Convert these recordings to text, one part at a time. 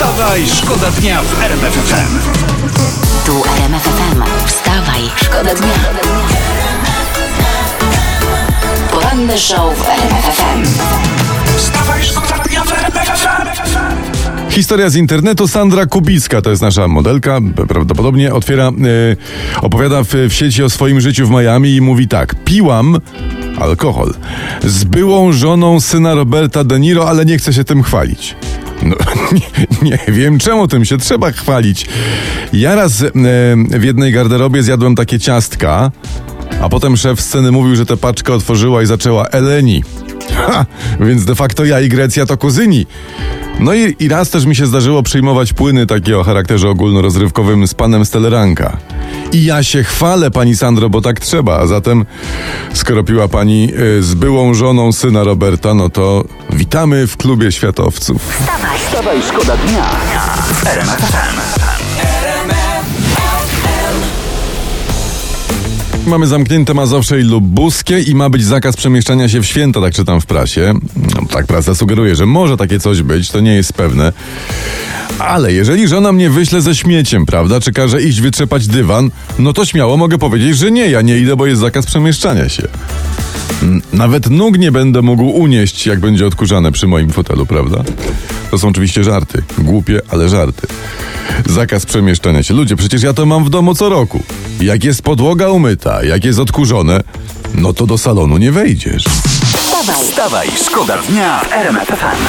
Wstawaj, szkoda dnia w RMF FM. Tu RMF FM. Wstawaj, szkoda dnia. Poranny show w RMF FM. Wstawaj, szkoda dnia w RMF FM. Historia z internetu. Sandra Kubicka, to jest nasza modelka, prawdopodobnie opowiada w sieci o swoim życiu w Miami i mówi tak: piłam alkohol z byłą żoną syna Roberta De Niro, ale nie chcę się tym chwalić. No, nie wiem czemu tym się trzeba chwalić. Ja raz w jednej garderobie zjadłem takie ciastka, a potem szef sceny mówił, że tę paczkę otworzyła i zaczęła Eleni. Ha, więc de facto ja i Grecja to kuzyni. No i raz też mi się zdarzyło przyjmować płyny takie o charakterze ogólnorozrywkowym z panem z Teleranka. I ja się chwalę, pani Sandro, bo tak trzeba. A zatem, skoro piła pani z byłą żoną syna Roberta, no to witamy w klubie światowców. Wstawaj, szkoda dnia w RMF FM. Mamy zamknięte Mazowsze i Lubuskie i ma być zakaz przemieszczania się w święta, tak czytam w prasie. No, tak prasa sugeruje, że może takie coś być, to nie jest pewne. Ale jeżeli żona mnie wyśle ze śmieciem, prawda, czy każe iść wytrzepać dywan, no to śmiało mogę powiedzieć, że nie, ja nie idę, bo jest zakaz przemieszczania się. Nawet nóg nie będę mógł unieść, jak będzie odkurzane przy moim fotelu, prawda? To są oczywiście żarty. Głupie, ale żarty. Zakaz przemieszczania się. Ludzie, przecież ja to mam w domu co roku. Jak jest podłoga umyta, jak jest odkurzone, no to do salonu nie wejdziesz. Wstawaj, szkoda dnia w RMF FM.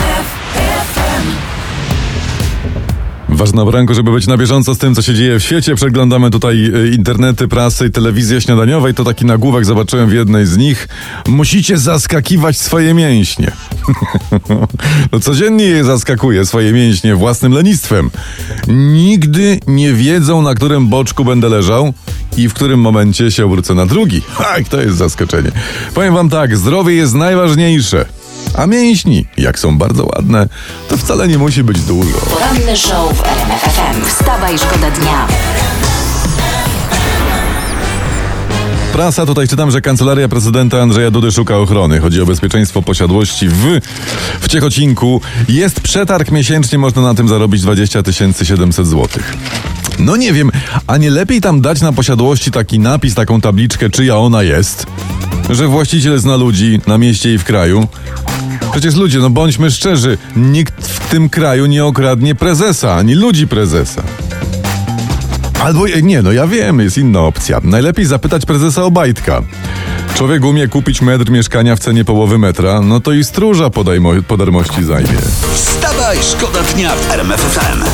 Ważne poranku, żeby być na bieżąco z tym, co się dzieje w świecie. Przeglądamy tutaj internety, prasy i telewizję śniadaniowej. To taki nagłówek zobaczyłem w jednej z nich. Musicie zaskakiwać swoje mięśnie. No codziennie je zaskakuje, swoje mięśnie, własnym lenistwem. Nigdy nie wiedzą, na którym boczku będę leżał i w którym momencie się obrócę na drugi. Tak, to jest zaskoczenie. Powiem wam tak, zdrowie jest najważniejsze. A mięśni, jak są bardzo ładne, to wcale nie musi być dużo. Poranny show w RMF FM. Wstawaj, szkoda dnia. Prasa, tutaj czytam, że kancelaria prezydenta Andrzeja Dudy szuka ochrony. Chodzi o bezpieczeństwo posiadłości w Ciechocinku. Jest przetarg, miesięcznie można na tym zarobić 20 700 złotych. No nie wiem, a nie lepiej tam dać na posiadłości taki napis, taką tabliczkę, czyja ona jest? Że właściciel zna ludzi na mieście i w kraju? Przecież ludzie, no bądźmy szczerzy, nikt w tym kraju nie okradnie prezesa, ani ludzi prezesa. Albo, nie, no ja wiem, jest inna opcja. Najlepiej zapytać prezesa Obajtka. Człowiek umie kupić metr mieszkania w cenie połowy metra, no to i stróża po darmości zajmie. Wstawaj, szkoda dnia w RMF FM.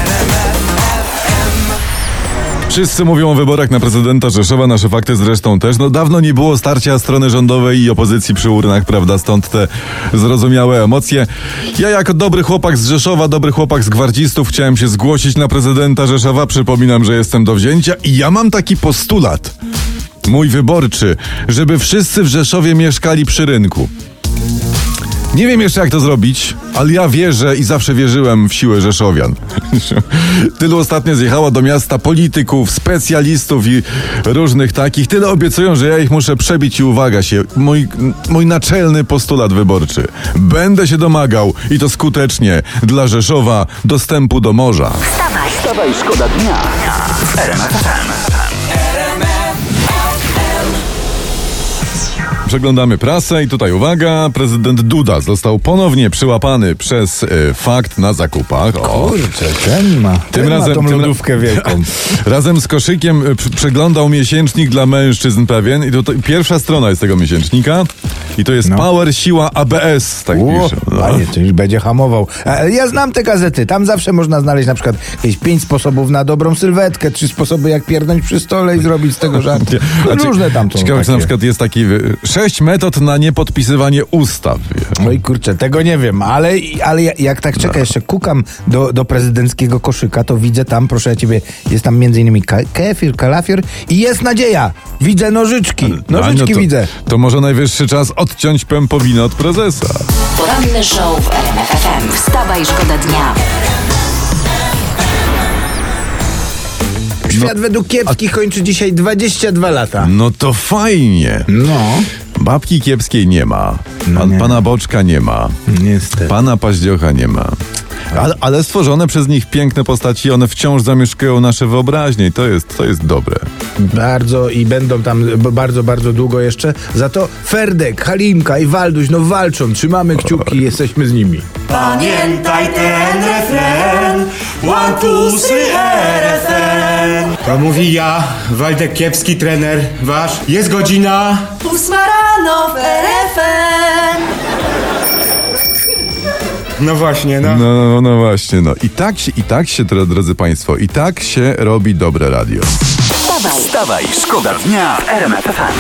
Wszyscy mówią o wyborach na prezydenta Rzeszowa, nasze fakty zresztą też. No dawno nie było starcia strony rządowej i opozycji przy urnach, prawda? Stąd te zrozumiałe emocje. Ja jako dobry chłopak z Rzeszowa, dobry chłopak z gwardzistów chciałem się zgłosić na prezydenta Rzeszowa. Przypominam, że jestem do wzięcia i ja mam taki postulat. Mój wyborczy, żeby wszyscy w Rzeszowie mieszkali przy rynku. Nie wiem jeszcze jak to zrobić, ale ja wierzę i zawsze wierzyłem w siłę rzeszowian. Tylu ostatnio zjechało do miasta polityków, specjalistów i różnych takich. Tyle obiecują, że ja ich muszę przebić i uwaga się. Mój naczelny postulat wyborczy. Będę się domagał i to skutecznie dla Rzeszowa dostępu do morza. Wstawaj, szkoda dnia w RMF FM. Przeglądamy prasę i tutaj uwaga, prezydent Duda został ponownie przyłapany przez fakt na zakupach. Kurczę, ten ma tą lodówkę wielką. Razem z koszykiem przeglądał miesięcznik dla mężczyzn pewien i to pierwsza strona jest tego miesięcznika i to jest Power, siła, ABS, tak pisze. Panie, to już będzie hamował. Ja znam te gazety, tam zawsze można znaleźć na przykład jakieś 5 sposobów na dobrą sylwetkę, 3 sposoby jak pierdnąć przy stole i zrobić z tego żart. Różne tam to. Ciekawe, czy na przykład jest taki 6 metod na niepodpisywanie ustaw. Oj kurczę, tego nie wiem, ale jak tak czekaj, jeszcze kukam do prezydenckiego koszyka, to widzę tam, proszę ja ciebie, jest tam m.in. kefir, kalafior i jest nadzieja. Widzę nożyczki. Nożyczki widzę. To może najwyższy czas odciąć pępowinę od prezesa. Poranny show w RMF FM. Wstawaj, szkoda dnia. Świat według kiepskich kończy dzisiaj 22 lata. No to fajnie. No. Babki kiepskiej nie ma. Nie. Pana Boczka nie ma. Niestety. Pana Paździocha nie ma. Ale stworzone przez nich piękne postaci, one wciąż zamieszkują nasze wyobraźnie i to jest dobre. Bardzo i będą tam bardzo, bardzo długo jeszcze. Za to Ferdek, Halimka i Walduś walczą. Trzymamy kciuki i jesteśmy z nimi. Pamiętaj ten refren, one, two, three, RFN. To mówi ja, Waldek Kiepski, trener wasz. Jest godzina. 8 rano w RFN. No właśnie, no. No właśnie, no. I tak się, drodzy Państwo, i tak się robi dobre radio. Wstawaj, szkoda dnia w RMF FM.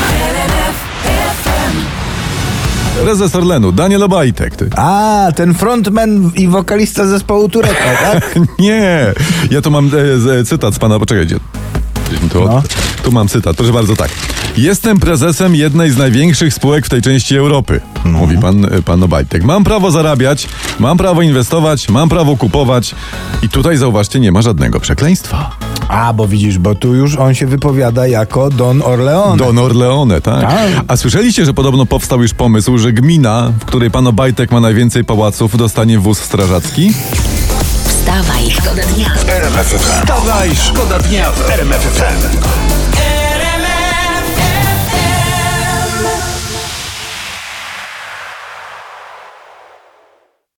Prezes Orlenu, Daniel Obajtek. Ty. A, ten frontman i wokalista zespołu Tureka, tak? Nie, ja tu mam cytat z pana, poczekajcie. Tu mam cytat, proszę bardzo, tak. Jestem prezesem jednej z największych spółek w tej części Europy, mówi pan Obajtek. Mam prawo zarabiać, mam prawo inwestować, mam prawo kupować i tutaj zauważcie, nie ma żadnego przekleństwa. A, bo widzisz, bo tu już on się wypowiada jako Don Orleone. Don Orleone, tak. Tak. A słyszeliście, że podobno powstał już pomysł, że gmina, w której pan Obajtek ma najwięcej pałaców, dostanie wóz strażacki? Wstawaj, szkoda dnia. Wstawaj, szkoda dnia w RMF FM.